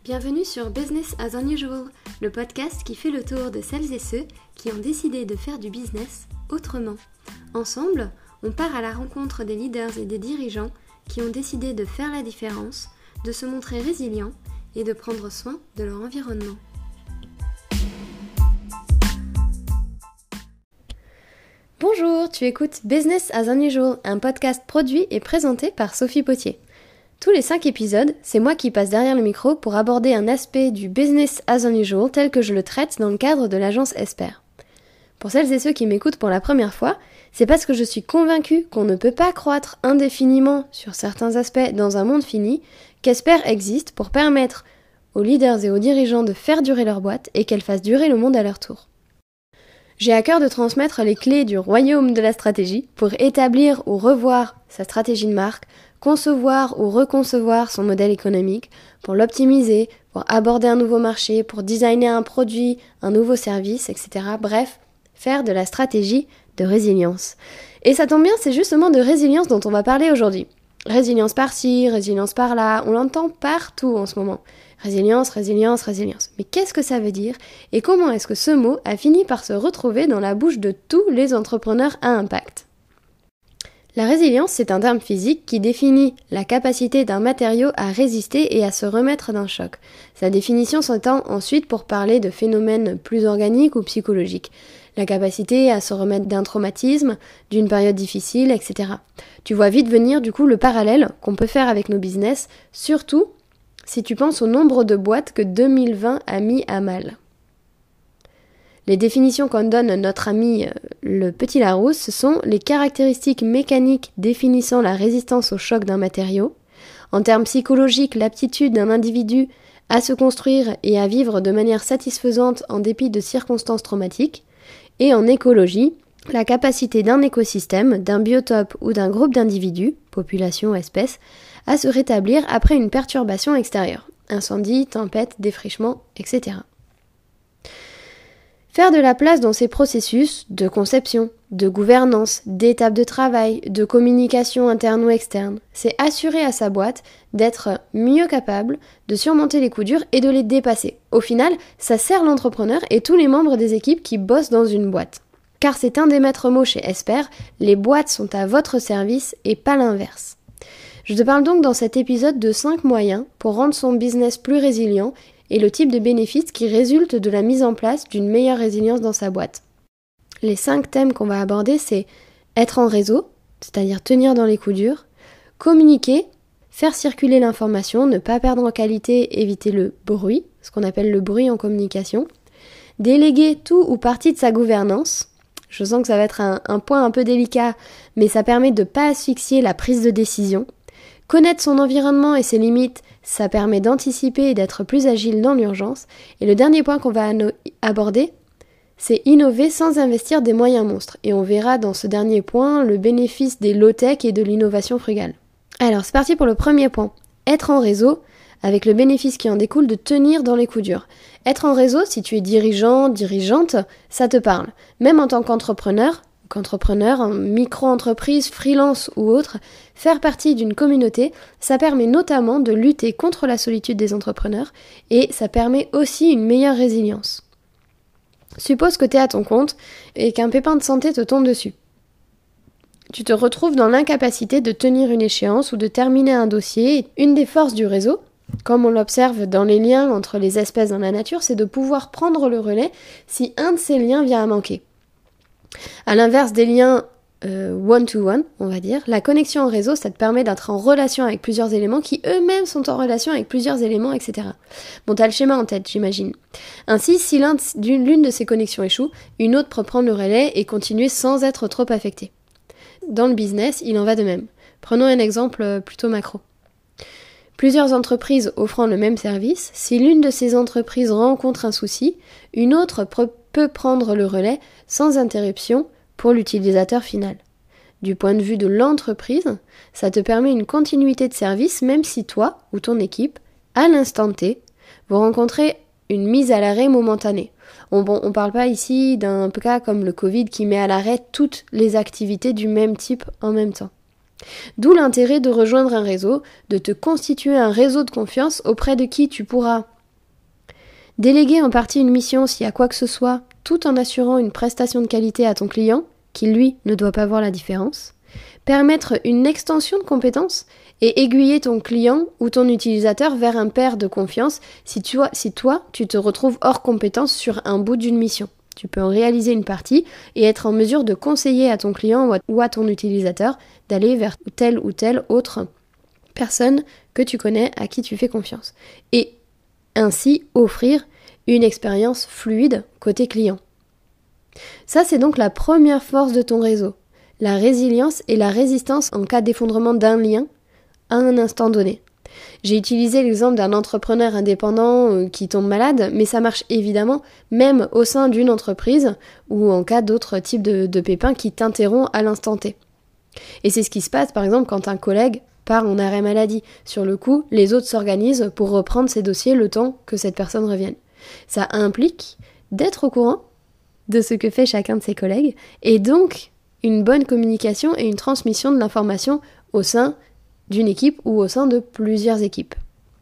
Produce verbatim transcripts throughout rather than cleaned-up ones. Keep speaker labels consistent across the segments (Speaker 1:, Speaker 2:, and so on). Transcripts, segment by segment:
Speaker 1: Bienvenue sur Business as Unusual, le podcast qui fait le tour de celles et ceux qui ont décidé de faire du business autrement. Ensemble, on part à la rencontre des leaders et des dirigeants qui ont décidé de faire la différence, de se montrer résilients et de prendre soin de leur environnement. Bonjour, tu écoutes Business as Unusual, un podcast produit et présenté par Sophie Potier. Tous les cinq épisodes, c'est moi qui passe derrière le micro pour aborder un aspect du Business as Unusual tel que je le traite dans le cadre de l'agence Esper. Pour celles et ceux qui m'écoutent pour la première fois, c'est parce que je suis convaincue qu'on ne peut pas croître indéfiniment sur certains aspects dans un monde fini, qu'Esper existe pour permettre aux leaders et aux dirigeants de faire durer leur boîte et qu'elle fasse durer le monde à leur tour. J'ai à cœur de transmettre les clés du royaume de la stratégie pour établir ou revoir sa stratégie de marque, concevoir ou reconcevoir son modèle économique, pour l'optimiser, pour aborder un nouveau marché, pour designer un produit, un nouveau service, et cetera. Bref, faire de la stratégie de résilience. Et ça tombe bien, c'est justement de résilience dont on va parler aujourd'hui. Résilience par-ci, résilience par-là, on l'entend partout en ce moment. Résilience, résilience, résilience. Mais qu'est-ce que ça veut dire et comment est-ce que ce mot a fini par se retrouver dans la bouche de tous les entrepreneurs à impact ? La résilience, c'est un terme physique qui définit la capacité d'un matériau à résister et à se remettre d'un choc. Sa définition s'entend ensuite pour parler de phénomènes plus organiques ou psychologiques. La capacité à se remettre d'un traumatisme, d'une période difficile, et cetera. Tu vois vite venir du coup le parallèle qu'on peut faire avec nos business, surtout si tu penses au nombre de boîtes que deux mille vingt a mis à mal. Les définitions qu'en donne notre ami euh, le petit Larousse, ce sont les caractéristiques mécaniques définissant la résistance au choc d'un matériau, en termes psychologiques, l'aptitude d'un individu à se construire et à vivre de manière satisfaisante en dépit de circonstances traumatiques, et en écologie, la capacité d'un écosystème, d'un biotope ou d'un groupe d'individus, population, espèce, à se rétablir après une perturbation extérieure, incendie, tempête, défrichement, et cetera. Faire de la place dans ces processus de conception, de gouvernance, d'étapes de travail, de communication interne ou externe, c'est assurer à sa boîte d'être mieux capable de surmonter les coups durs et de les dépasser. Au final, ça sert l'entrepreneur et tous les membres des équipes qui bossent dans une boîte. Car c'est un des maîtres mots chez Esper, les boîtes sont à votre service et pas l'inverse. Je te parle donc dans cet épisode de cinq moyens pour rendre son business plus résilient et le type de bénéfices qui résulte de la mise en place d'une meilleure résilience dans sa boîte. Les cinq thèmes qu'on va aborder, c'est être en réseau, c'est-à-dire tenir dans les coups durs, communiquer, faire circuler l'information, ne pas perdre en qualité, éviter le bruit, ce qu'on appelle le bruit en communication, déléguer tout ou partie de sa gouvernance. Je sens que ça va être un, un point un peu délicat, mais ça permet de ne pas asphyxier la prise de décision. Connaître son environnement et ses limites, ça permet d'anticiper et d'être plus agile dans l'urgence. Et le dernier point qu'on va aborder, c'est innover sans investir des moyens monstres. Et on verra dans ce dernier point le bénéfice des low-tech et de l'innovation frugale. Alors c'est parti pour le premier point. Être en réseau, avec le bénéfice qui en découle de tenir dans les coups durs. Être en réseau, si tu es dirigeant, dirigeante, ça te parle. Même en tant qu'entrepreneur, qu'entrepreneur, en micro-entreprise, freelance ou autre, faire partie d'une communauté, ça permet notamment de lutter contre la solitude des entrepreneurs et ça permet aussi une meilleure résilience. Suppose que tu es à ton compte et qu'un pépin de santé te tombe dessus. Tu te retrouves dans l'incapacité de tenir une échéance ou de terminer un dossier. Une des forces du réseau, comme on l'observe dans les liens entre les espèces dans la nature, c'est de pouvoir prendre le relais si un de ces liens vient à manquer. À l'inverse des liens euh, one-to-one, on va dire, la connexion en réseau, ça te permet d'être en relation avec plusieurs éléments qui eux-mêmes sont en relation avec plusieurs éléments, et cetera. Bon, t'as le schéma en tête, j'imagine. Ainsi, si l'un, l'une de ces connexions échoue, une autre peut prendre le relais et continuer sans être trop affectée. Dans le business, il en va de même. Prenons un exemple plutôt macro. Plusieurs entreprises offrant le même service, si l'une de ces entreprises rencontre un souci, une autre peut prendre le relais sans interruption pour l'utilisateur final. Du point de vue de l'entreprise, ça te permet une continuité de service même si toi ou ton équipe, à l'instant T, vous rencontrez une mise à l'arrêt momentanée. On ne parle pas ici d'un cas comme le Covid qui met à l'arrêt toutes les activités du même type en même temps. D'où l'intérêt de rejoindre un réseau, de te constituer un réseau de confiance auprès de qui tu pourras Déléguer en partie une mission s'il y a quoi que ce soit, tout en assurant une prestation de qualité à ton client, qui lui ne doit pas voir la différence. Permettre une extension de compétences et aiguiller ton client ou ton utilisateur vers un pair de confiance si, tu, si toi, tu te retrouves hors compétence sur un bout d'une mission. Tu peux en réaliser une partie et être en mesure de conseiller à ton client ou à ton utilisateur d'aller vers telle ou telle autre personne que tu connais, à qui tu fais confiance. Et ainsi offrir une expérience fluide côté client. Ça, c'est donc la première force de ton réseau. La résilience et la résistance en cas d'effondrement d'un lien à un instant donné. J'ai utilisé l'exemple d'un entrepreneur indépendant qui tombe malade, mais ça marche évidemment même au sein d'une entreprise ou en cas d'autres types de, de pépins qui t'interrompent à l'instant T. Et c'est ce qui se passe par exemple quand un collègue part en arrêt maladie. Sur le coup, les autres s'organisent pour reprendre ces dossiers le temps que cette personne revienne. Ça implique d'être au courant de ce que fait chacun de ses collègues et donc une bonne communication et une transmission de l'information au sein d'une équipe ou au sein de plusieurs équipes.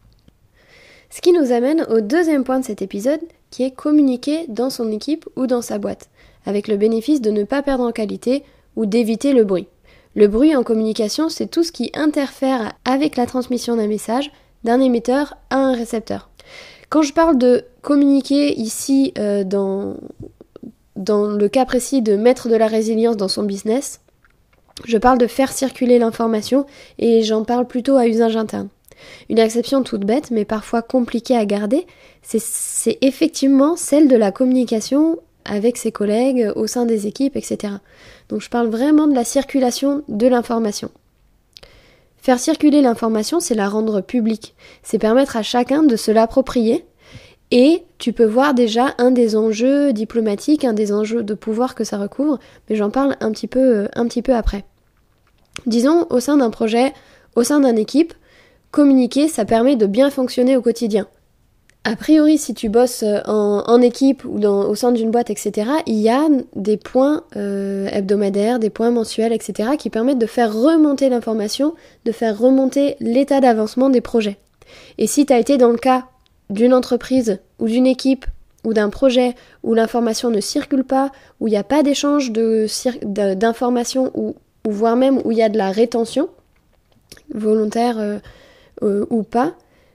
Speaker 1: Ce qui nous amène au deuxième point de cet épisode, qui est communiquer dans son équipe ou dans sa boîte, avec le bénéfice de ne pas perdre en qualité ou d'éviter le bruit. Le bruit en communication, c'est tout ce qui interfère avec la transmission d'un message d'un émetteur à un récepteur. Quand je parle de communiquer ici euh, dans, dans le cas précis de mettre de la résilience dans son business, je parle de faire circuler l'information et j'en parle plutôt à usage interne. Une exception toute bête, mais parfois compliquée à garder, c'est, c'est effectivement celle de la communication avec ses collègues, au sein des équipes, et cetera. Donc je parle vraiment de la circulation de l'information. Faire circuler l'information, c'est la rendre publique. C'est permettre à chacun de se l'approprier. Et tu peux voir déjà un des enjeux diplomatiques, un des enjeux de pouvoir que ça recouvre, mais j'en parle un petit peu, un petit peu après. Disons, au sein d'un projet, au sein d'une équipe, communiquer, ça permet de bien fonctionner au quotidien. A priori, si tu bosses en, en équipe ou dans, au sein d'une boîte, et cetera, il y a des points euh, hebdomadaires, des points mensuels, et cetera, qui permettent de faire remonter l'information, de faire remonter l'état d'avancement des projets. Et si tu as été dans le cas d'une entreprise ou d'une équipe ou d'un projet où l'information ne circule pas, où il n'y a pas d'échange de, de, d'informations ou, ou voire même où il y a de la rétention, volontaire euh, euh, ou pas,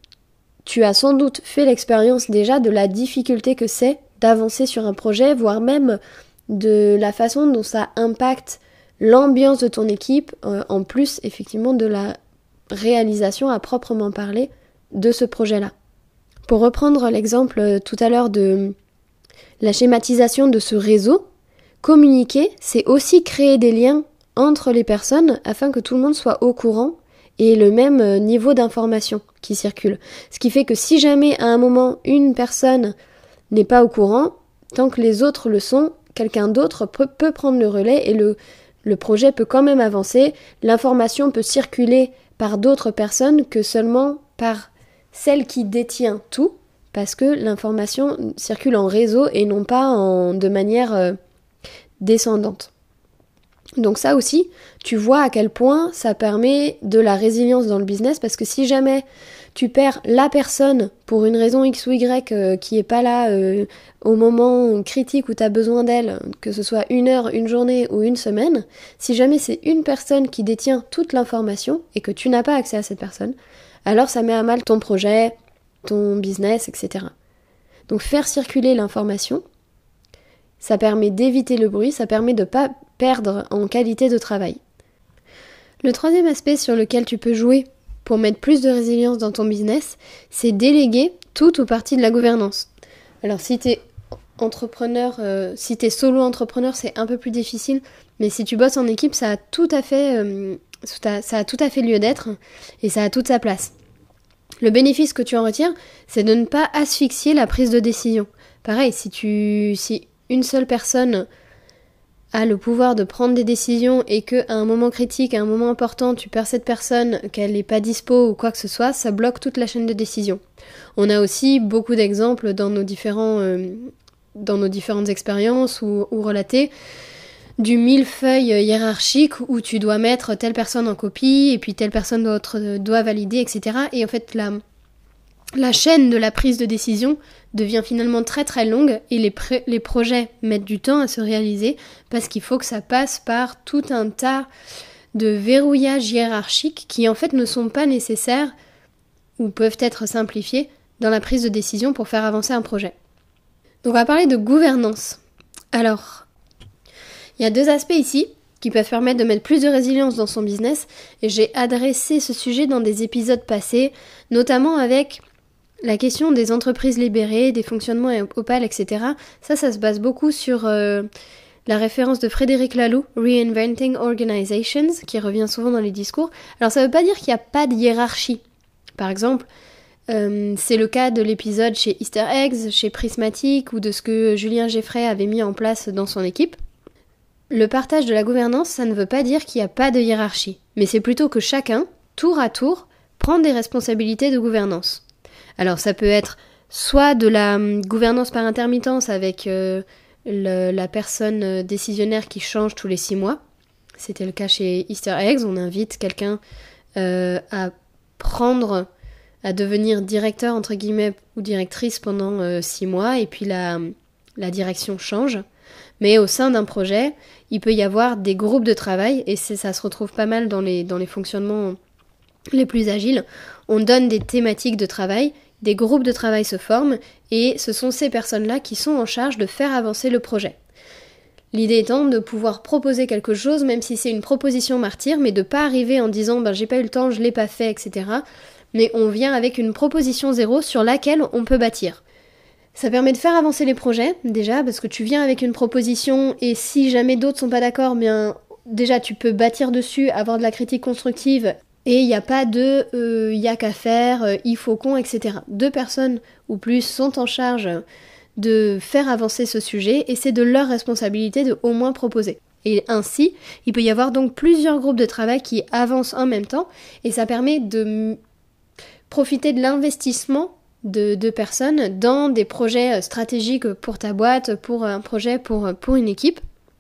Speaker 1: tu as sans doute fait l'expérience déjà de la difficulté que c'est d'avancer sur un projet, voire même de la façon dont ça impacte l'ambiance de ton équipe, euh, en plus effectivement de la réalisation à proprement parler de ce projet-là. Pour reprendre l'exemple euh, tout à l'heure de la schématisation de ce réseau, communiquer, c'est aussi créer des liens entre les personnes afin que tout le monde soit au courant et le même niveau d'information qui circule. Ce qui fait que si jamais à un moment une personne n'est pas au courant, tant que les autres le sont, quelqu'un d'autre peut, peut prendre le relais et le, le projet peut quand même avancer. L'information peut circuler par d'autres personnes que seulement par celle qui détient tout, parce que l'information circule en réseau et non pas en, de manière euh, descendante. Donc ça aussi, tu vois à quel point ça permet de la résilience dans le business, parce que si jamais tu perds la personne pour une raison X ou Y euh, qui est pas là euh, au moment critique où tu as besoin d'elle, que ce soit une heure, une journée ou une semaine, si jamais c'est une personne qui détient toute l'information et que tu n'as pas accès à cette personne, alors ça met à mal ton projet, ton business, et cetera. Donc faire circuler l'information, ça permet d'éviter le bruit, ça permet de ne pas perdre en qualité de travail. Le troisième aspect sur lequel tu peux jouer pour mettre plus de résilience dans ton business, c'est déléguer tout ou partie de la gouvernance. Alors si tu es entrepreneur, euh, si tu es solo entrepreneur, c'est un peu plus difficile, mais si tu bosses en équipe, ça a tout à fait, euh, ça a tout à fait lieu d'être et ça a toute sa place. Le bénéfice que tu en retires, c'est de ne pas asphyxier la prise de décision. Pareil, si tu, si une seule personne a le pouvoir de prendre des décisions et qu'à un moment critique, à un moment important, tu perds cette personne, qu'elle n'est pas dispo ou quoi que ce soit, ça bloque toute la chaîne de décision. On a aussi beaucoup d'exemples dans nos, différents, euh, dans nos différentes expériences ou, ou relatées du millefeuille hiérarchique où tu dois mettre telle personne en copie et puis telle personne d'autre doit valider, et cetera. Et en fait, la, la chaîne de la prise de décision devient finalement très très longue et les, pré- les projets mettent du temps à se réaliser parce qu'il faut que ça passe par tout un tas de verrouillages hiérarchiques qui en fait ne sont pas nécessaires ou peuvent être simplifiés dans la prise de décision pour faire avancer un projet. Donc on va parler de gouvernance. Alors, il y a deux aspects ici qui peuvent permettre de mettre plus de résilience dans son business et j'ai adressé ce sujet dans des épisodes passés, notamment avec la question des entreprises libérées, des fonctionnements opales, et cetera. Ça, ça se base beaucoup sur euh, la référence de Frédéric Laloux, Reinventing Organizations, qui revient souvent dans les discours. Alors ça ne veut pas dire qu'il n'y a pas de hiérarchie. Par exemple, euh, c'est le cas de l'épisode chez Easter Eggs, chez Prismatic, ou de ce que Julien Geffray avait mis en place dans son équipe. Le partage de la gouvernance, ça ne veut pas dire qu'il n'y a pas de hiérarchie, mais c'est plutôt que chacun, tour à tour, prend des responsabilités de gouvernance. Alors ça peut être soit de la gouvernance par intermittence avec euh, le, la personne décisionnaire qui change tous les six mois. C'était le cas chez Easter Eggs, on invite quelqu'un euh, à prendre, à devenir directeur entre guillemets ou directrice pendant euh, six mois et puis la, la direction change. Mais au sein d'un projet, il peut y avoir des groupes de travail et c'est, ça se retrouve pas mal dans les, dans les fonctionnements les plus agiles. On donne des thématiques de travail, des groupes de travail se forment et ce sont ces personnes-là qui sont en charge de faire avancer le projet. L'idée étant de pouvoir proposer quelque chose, même si c'est une proposition martyre, mais de pas arriver en disant ben, « j'ai pas eu le temps, je l'ai pas fait, et cetera » Mais on vient avec une proposition zéro sur laquelle on peut bâtir. Ça permet de faire avancer les projets, déjà, parce que tu viens avec une proposition et si jamais d'autres sont pas d'accord, bien déjà tu peux bâtir dessus, avoir de la critique constructive et il n'y a pas de euh, y a qu'à faire, euh, il faut qu'on, et cetera. Deux personnes ou plus sont en charge de faire avancer ce sujet et c'est de leur responsabilité de au moins proposer. Et ainsi, il peut y avoir donc plusieurs groupes de travail qui avancent en même temps et ça permet de m- profiter de l'investissement de, de personnes dans des projets stratégiques pour ta boîte, pour un projet, pour, pour une équipe,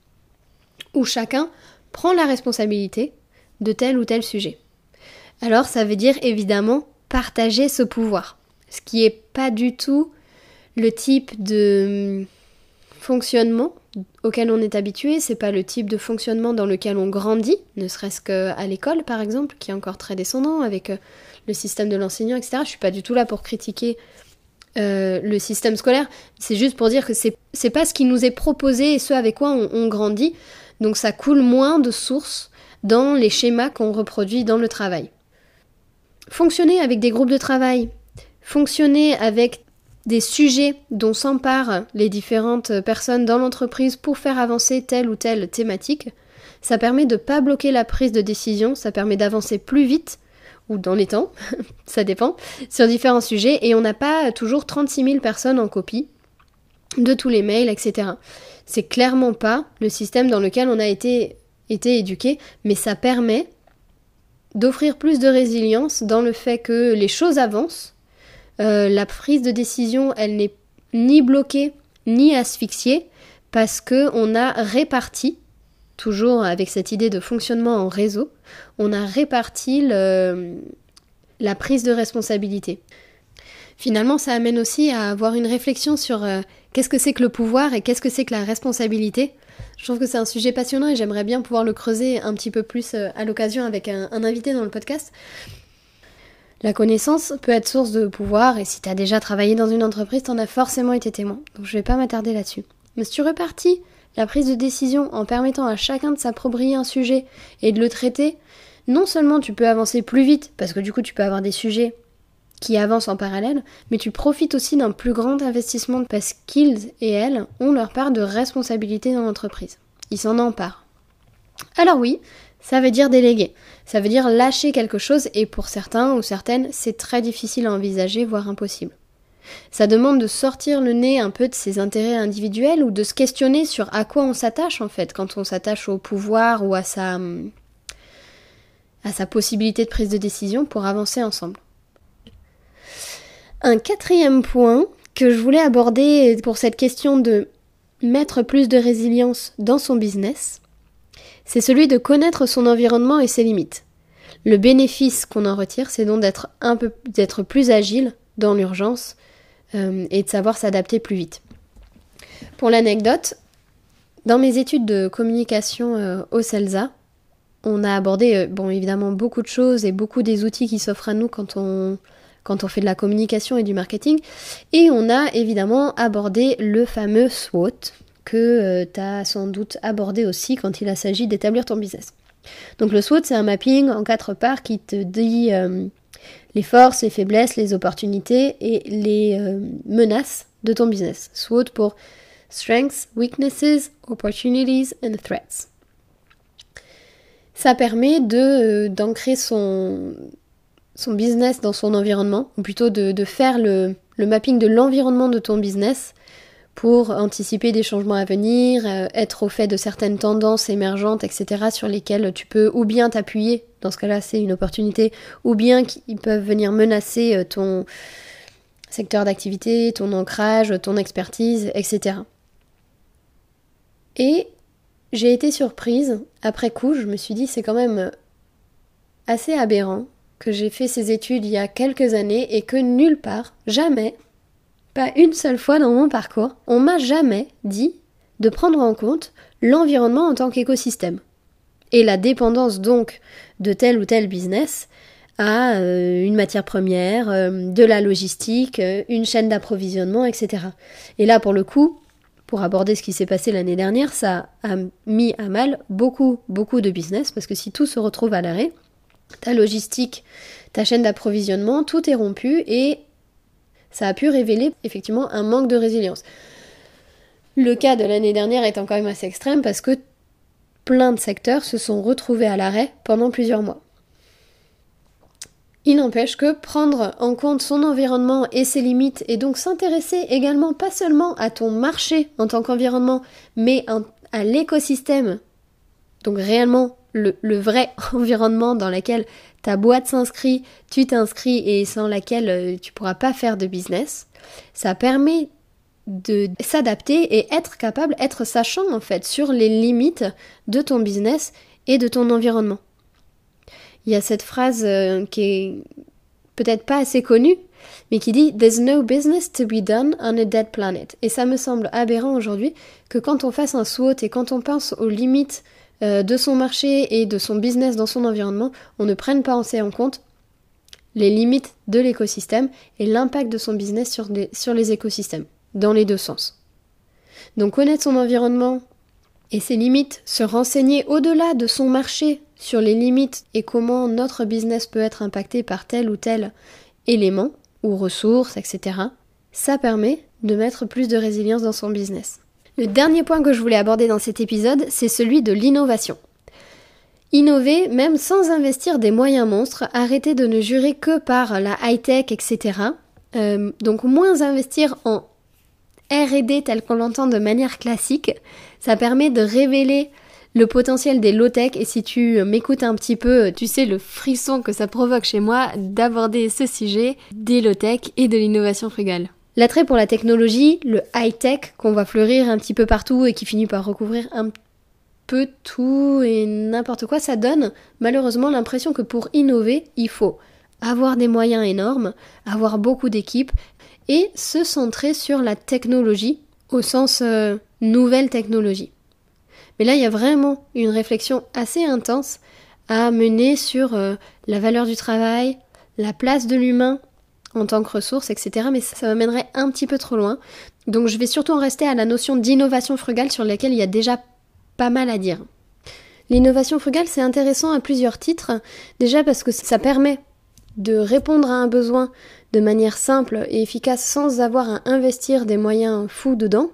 Speaker 1: où chacun prend la responsabilité de tel ou tel sujet. Alors ça veut dire évidemment partager ce pouvoir, ce qui n'est pas du tout le type de fonctionnement auquel on est habitué, c'est pas le type de fonctionnement dans lequel on grandit, ne serait-ce qu'à l'école par exemple, qui est encore très descendant avec le système de l'enseignant, et cetera. Je suis pas du tout là pour critiquer euh, le système scolaire, c'est juste pour dire que c'est, c'est pas ce qui nous est proposé et ce avec quoi on, on grandit, donc ça coule moins de sources dans les schémas qu'on reproduit dans le travail. Fonctionner avec des groupes de travail, fonctionner avec des sujets dont s'emparent les différentes personnes dans l'entreprise pour faire avancer telle ou telle thématique, ça permet de ne pas bloquer la prise de décision, ça permet d'avancer plus vite, ou dans les temps, ça dépend, sur différents sujets, et on n'a pas toujours trente-six mille personnes en copie de tous les mails, et cetera. C'est clairement pas le système dans lequel on a été, été éduqué, mais ça permet d'offrir plus de résilience dans le fait que les choses avancent, euh, la prise de décision, elle n'est ni bloquée, ni asphyxiée, parce qu'on a réparti, toujours avec cette idée de fonctionnement en réseau, on a réparti le, la prise de responsabilité. Finalement, ça amène aussi à avoir une réflexion sur euh, qu'est-ce que c'est que le pouvoir et qu'est-ce que c'est que la responsabilité. Je trouve que c'est un sujet passionnant et j'aimerais bien pouvoir le creuser un petit peu plus euh, à l'occasion avec un, un invité dans le podcast. La connaissance peut être source de pouvoir et si tu as déjà travaillé dans une entreprise, tu en as forcément été témoin. Donc je vais pas m'attarder là-dessus. Mais si tu repartis la prise de décision en permettant à chacun de s'approprier un sujet et de le traiter, non seulement tu peux avancer plus vite, parce que du coup tu peux avoir des sujets qui avancent en parallèle, mais tu profites aussi d'un plus grand investissement parce qu'ils et elles ont leur part de responsabilité dans l'entreprise. Ils s'en emparent. Alors oui, ça veut dire déléguer. Ça veut dire lâcher quelque chose et pour certains ou certaines, c'est très difficile à envisager, voire impossible. Ça demande de sortir le nez un peu de ses intérêts individuels ou de se questionner sur à quoi on s'attache en fait, quand on s'attache au pouvoir ou à sa, à sa possibilité de prise de décision pour avancer ensemble. Un quatrième point que je voulais aborder pour cette question de mettre plus de résilience dans son business, c'est celui de connaître son environnement et ses limites. Le bénéfice qu'on en retire, c'est donc d'être un peu d'être plus agile dans l'urgence euh, et de savoir s'adapter plus vite. Pour l'anecdote, dans mes études de communication euh, au CELSA, on a abordé, euh, bon évidemment, beaucoup de choses et beaucoup des outils qui s'offrent à nous quand on, quand on fait de la communication et du marketing. Et on a évidemment abordé le fameux SWOT que euh, tu as sans doute abordé aussi quand il s'agit d'établir ton business. Donc le SWOT, c'est un mapping en quatre parts qui te dit euh, les forces, les faiblesses, les opportunités et les euh, menaces de ton business. SWOT pour Strengths, Weaknesses, Opportunities and Threats. Ça permet de, euh, d'ancrer son, son business dans son environnement, ou plutôt de, de faire le, le mapping de l'environnement de ton business pour anticiper des changements à venir, euh, être au fait de certaines tendances émergentes, et cetera, sur lesquelles tu peux ou bien t'appuyer, dans ce cas-là c'est une opportunité, ou bien qu'ils peuvent venir menacer ton secteur d'activité, ton ancrage, ton expertise, et cetera. Et j'ai été surprise, après coup, je me suis dit c'est quand même assez aberrant que j'ai fait ces études il y a quelques années et que nulle part, jamais, pas une seule fois dans mon parcours, on m'a jamais dit de prendre en compte l'environnement en tant qu'écosystème. Et la dépendance donc de tel ou tel business à euh, une matière première, euh, de la logistique, euh, une chaîne d'approvisionnement, et cetera. Et là, pour le coup, pour aborder ce qui s'est passé l'année dernière, ça a mis à mal beaucoup, beaucoup de business, parce que si tout se retrouve à l'arrêt, ta logistique, ta chaîne d'approvisionnement, tout est rompu et ça a pu révéler effectivement un manque de résilience. Le cas de l'année dernière étant quand même assez extrême parce que plein de secteurs se sont retrouvés à l'arrêt pendant plusieurs mois. Il n'empêche que prendre en compte son environnement et ses limites et donc s'intéresser également pas seulement à ton marché en tant qu'environnement, mais à l'écosystème, donc réellement le, le vrai environnement dans lequel ta boîte s'inscrit, tu t'inscris et sans laquelle tu pourras pas faire de business, ça permet de s'adapter et être capable, être sachant en fait sur les limites de ton business et de ton environnement. Il y a cette phrase euh, qui est peut-être pas assez connue, mais qui dit « There's no business to be done on a dead planet ». Et ça me semble aberrant aujourd'hui que quand on fasse un SWOT et quand on pense aux limites euh, de son marché et de son business dans son environnement, on ne prenne pas en compte les limites de l'écosystème et l'impact de son business sur les, sur les écosystèmes, dans les deux sens. Donc connaître son environnement et ses limites, se renseigner au-delà de son marché sur les limites et comment notre business peut être impacté par tel ou tel élément ou ressources, et cetera. Ça permet de mettre plus de résilience dans son business. Le dernier point que je voulais aborder dans cet épisode, c'est celui de l'innovation. Innover, même sans investir des moyens monstres, arrêter de ne jurer que par la high-tech, et cetera. Euh, donc moins investir en R et D tel qu'on l'entend de manière classique, ça permet de révéler le potentiel des low-tech et si tu m'écoutes un petit peu, tu sais le frisson que ça provoque chez moi d'aborder ce sujet des low-tech et de l'innovation frugale. L'attrait pour la technologie, le high-tech qu'on voit fleurir un petit peu partout et qui finit par recouvrir un peu tout et n'importe quoi, ça donne malheureusement l'impression que pour innover, il faut avoir des moyens énormes, avoir beaucoup d'équipes et se centrer sur la technologie au sens euh, nouvelle technologie. Mais là, il y a vraiment une réflexion assez intense à mener sur euh, la valeur du travail, la place de l'humain en tant que ressource, et cetera. Mais ça, ça m'amènerait un petit peu trop loin. Donc je vais surtout en rester à la notion d'innovation frugale sur laquelle il y a déjà pas mal à dire. L'innovation frugale, c'est intéressant à plusieurs titres. Déjà parce que ça permet de répondre à un besoin de manière simple et efficace sans avoir à investir des moyens fous dedans.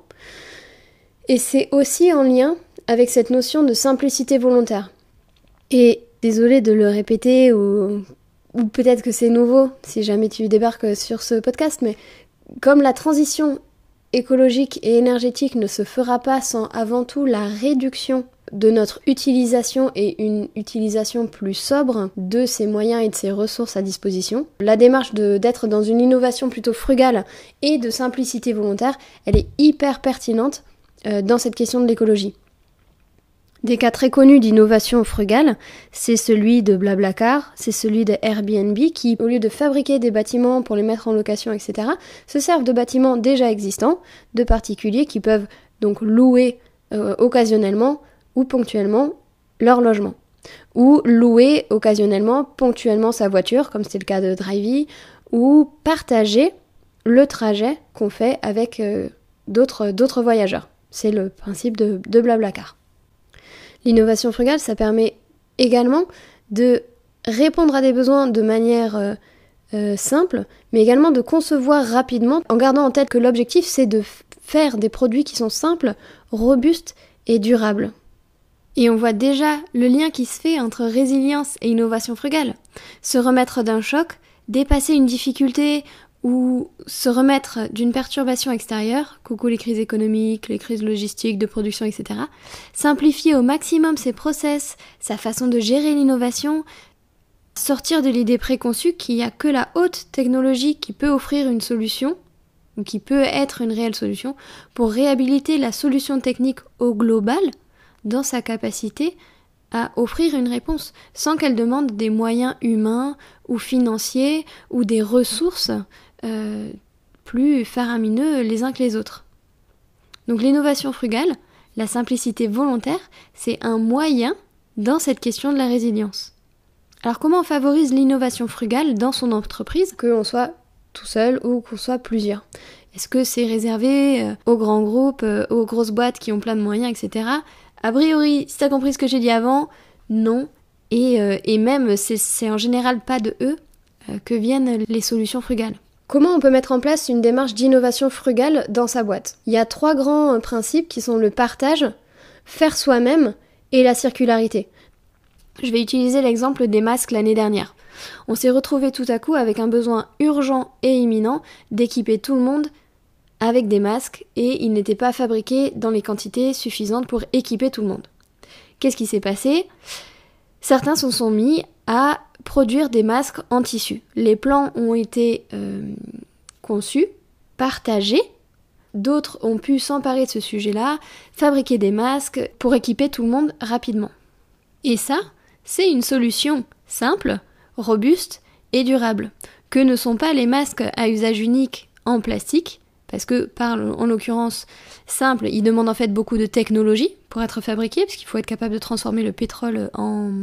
Speaker 1: Et c'est aussi en lien avec cette notion de simplicité volontaire. Et désolée de le répéter ou, ou peut-être que c'est nouveau si jamais tu débarques sur ce podcast, mais comme la transition écologique et énergétique ne se fera pas sans avant tout la réduction de notre utilisation et une utilisation plus sobre de ces moyens et de ces ressources à disposition. La démarche de, d'être dans une innovation plutôt frugale et de simplicité volontaire, elle est hyper pertinente euh, dans cette question de l'écologie. Des cas très connus d'innovation frugale, c'est celui de Blablacar, c'est celui de Airbnb qui, au lieu de fabriquer des bâtiments pour les mettre en location, et cetera, se servent de bâtiments déjà existants, de particuliers qui peuvent donc louer euh, occasionnellement ou ponctuellement leur logement. Ou louer occasionnellement, ponctuellement sa voiture, comme c'est le cas de Drivey, ou partager le trajet qu'on fait avec euh, d'autres, d'autres voyageurs. C'est le principe de, de Blablacar. L'innovation frugale, ça permet également de répondre à des besoins de manière euh, euh, simple, mais également de concevoir rapidement, en gardant en tête que l'objectif, c'est de f- faire des produits qui sont simples, robustes et durables. Et on voit déjà le lien qui se fait entre résilience et innovation frugale. Se remettre d'un choc, dépasser une difficulté ou se remettre d'une perturbation extérieure, coucou les crises économiques, les crises logistiques, de production, et cetera. Simplifier au maximum ses process, sa façon de gérer l'innovation, sortir de l'idée préconçue qu'il n'y a que la haute technologie qui peut offrir une solution, ou qui peut être une réelle solution, pour réhabiliter la solution technique au global, dans sa capacité à offrir une réponse, sans qu'elle demande des moyens humains ou financiers ou des ressources euh, plus faramineux les uns que les autres. Donc l'innovation frugale, la simplicité volontaire, c'est un moyen dans cette question de la résilience. Alors comment on favorise l'innovation frugale dans son entreprise, qu'on soit tout seul ou qu'on soit plusieurs ? Est-ce que c'est réservé euh, aux grands groupes, euh, aux grosses boîtes qui ont plein de moyens, et cetera. A priori, si t'as compris ce que j'ai dit avant, non. Et, euh, et même, c'est, c'est en général pas de eux euh, que viennent les solutions frugales. Comment on peut mettre en place une démarche d'innovation frugale dans sa boîte ? Il y a trois grands principes qui sont le partage, faire soi-même et la circularité. Je vais utiliser l'exemple des masques l'année dernière. On s'est retrouvé tout à coup avec un besoin urgent et imminent d'équiper tout le monde avec des masques et ils n'étaient pas fabriqués dans les quantités suffisantes pour équiper tout le monde. Qu'est-ce qui s'est passé ? Certains se sont mis à produire des masques en tissu. Les plans ont été euh, conçus, partagés. D'autres ont pu s'emparer de ce sujet-là, fabriquer des masques pour équiper tout le monde rapidement. Et ça, c'est une solution simple, robuste et durable, que ne sont pas les masques à usage unique en plastique, parce que, par, en l'occurrence, simple, ils demandent en fait beaucoup de technologie pour être fabriqués, parce qu'il faut être capable de transformer le pétrole en,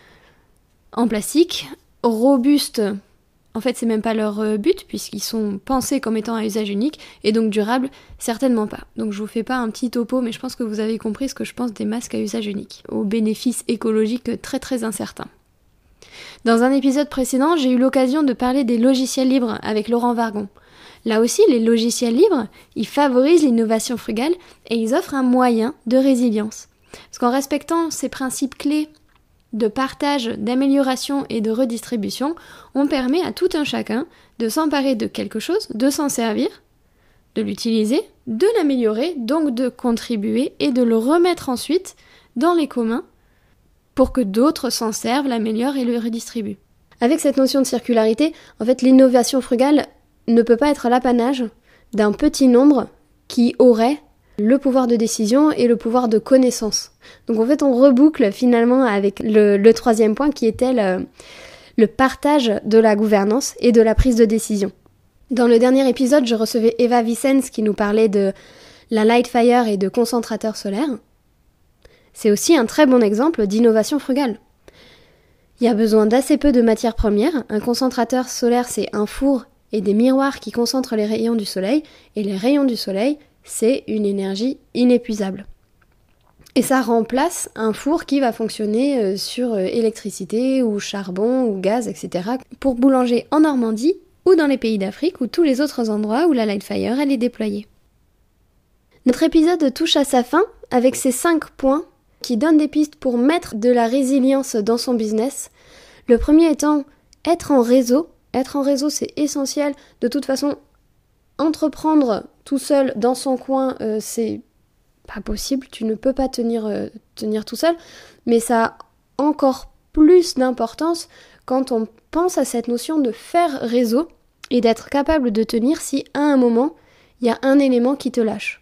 Speaker 1: en plastique. Robuste, en fait, c'est même pas leur but, puisqu'ils sont pensés comme étant à usage unique, et donc durable, certainement pas. Donc je vous fais pas un petit topo, mais je pense que vous avez compris ce que je pense des masques à usage unique, aux bénéfices écologiques très très incertains. Dans un épisode précédent, j'ai eu l'occasion de parler des logiciels libres avec Laurent Vargon. Là aussi, les logiciels libres, ils favorisent l'innovation frugale et ils offrent un moyen de résilience. Parce qu'en respectant ces principes clés de partage, d'amélioration et de redistribution, on permet à tout un chacun de s'emparer de quelque chose, de s'en servir, de l'utiliser, de l'améliorer, donc de contribuer et de le remettre ensuite dans les communs pour que d'autres s'en servent, l'améliorent et le redistribuent. Avec cette notion de circularité, en fait, l'innovation frugale ne peut pas être l'apanage d'un petit nombre qui aurait le pouvoir de décision et le pouvoir de connaissance. Donc en fait, on reboucle finalement avec le, le troisième point qui était le, le partage de la gouvernance et de la prise de décision. Dans le dernier épisode, je recevais Eva Vicens qui nous parlait de la Lightfire et de concentrateurs solaires. C'est aussi un très bon exemple d'innovation frugale. Il y a besoin d'assez peu de matières premières. Un concentrateur solaire, c'est un four et des miroirs qui concentrent les rayons du soleil, et les rayons du soleil, c'est une énergie inépuisable. Et ça remplace un four qui va fonctionner sur électricité ou charbon ou gaz, et cetera. Pour boulanger en Normandie ou dans les pays d'Afrique ou tous les autres endroits où la Lightfire elle est déployée. Notre épisode touche à sa fin avec ces cinq points qui donnent des pistes pour mettre de la résilience dans son business. Le premier étant être en réseau. Être en réseau, c'est essentiel. De toute façon, entreprendre tout seul dans son coin, euh, c'est pas possible. Tu ne peux pas tenir, euh, tenir tout seul. Mais ça a encore plus d'importance quand on pense à cette notion de faire réseau et d'être capable de tenir si à un moment, il y a un élément qui te lâche.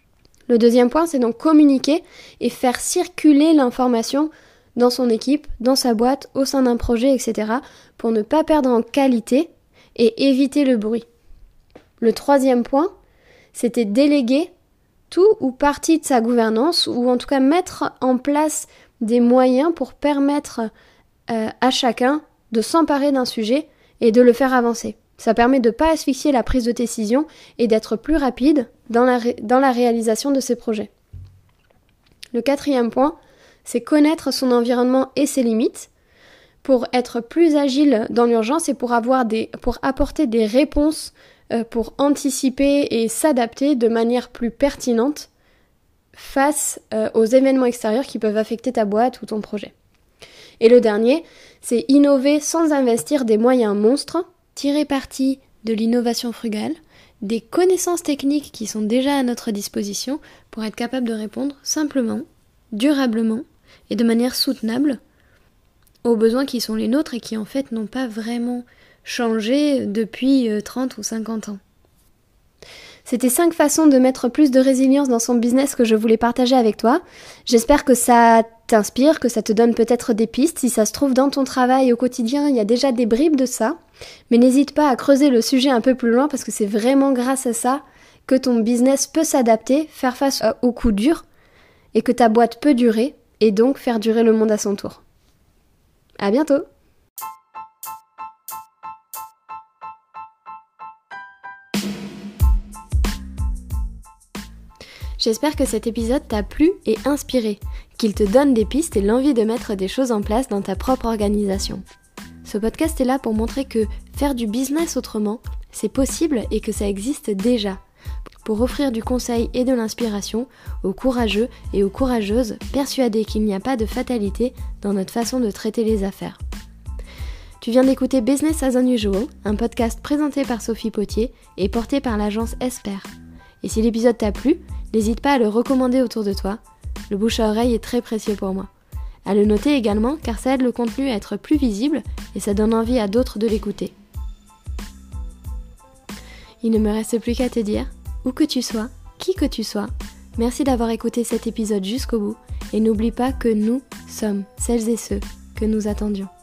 Speaker 1: Le deuxième point, c'est donc communiquer et faire circuler l'information dans son équipe, dans sa boîte, au sein d'un projet, et cetera, pour ne pas perdre en qualité et éviter le bruit. Le troisième point, c'était déléguer tout ou partie de sa gouvernance, ou en tout cas mettre en place des moyens pour permettre euh, à chacun de s'emparer d'un sujet et de le faire avancer. Ça permet de ne pas asphyxier la prise de décision et d'être plus rapide dans la, ré- dans la réalisation de ses projets. Le quatrième point, c'est connaître son environnement et ses limites pour être plus agile dans l'urgence et pour, avoir des, pour apporter des réponses, euh, pour anticiper et s'adapter de manière plus pertinente face euh, aux événements extérieurs qui peuvent affecter ta boîte ou ton projet. Et le dernier, c'est innover sans investir des moyens monstres, tirer parti de l'innovation frugale, des connaissances techniques qui sont déjà à notre disposition pour être capable de répondre simplement, durablement et de manière soutenable aux besoins qui sont les nôtres et qui en fait n'ont pas vraiment changé depuis trente ou cinquante ans. C'était cinq façons de mettre plus de résilience dans son business que je voulais partager avec toi. J'espère que ça t'inspire, que ça te donne peut-être des pistes. Si ça se trouve dans ton travail au quotidien, il y a déjà des bribes de ça. Mais n'hésite pas à creuser le sujet un peu plus loin parce que c'est vraiment grâce à ça que ton business peut s'adapter, faire face aux coups durs et que ta boîte peut durer et donc faire durer le monde à son tour. À bientôt! J'espère que cet épisode t'a plu et inspiré, qu'il te donne des pistes et l'envie de mettre des choses en place dans ta propre organisation. Ce podcast est là pour montrer que faire du business autrement, c'est possible et que ça existe déjà, pour offrir du conseil et de l'inspiration aux courageux et aux courageuses persuadés qu'il n'y a pas de fatalité dans notre façon de traiter les affaires. Tu viens d'écouter Business as Unusual, un podcast présenté par Sophie Potier et porté par l'agence Esper. Et si l'épisode t'a plu, n'hésite pas à le recommander autour de toi. Le bouche à oreille est très précieux pour moi. À le noter également car ça aide le contenu à être plus visible et ça donne envie à d'autres de l'écouter. Il ne me reste plus qu'à te dire, où que tu sois, qui que tu sois, merci d'avoir écouté cet épisode jusqu'au bout et n'oublie pas que nous sommes celles et ceux que nous attendions.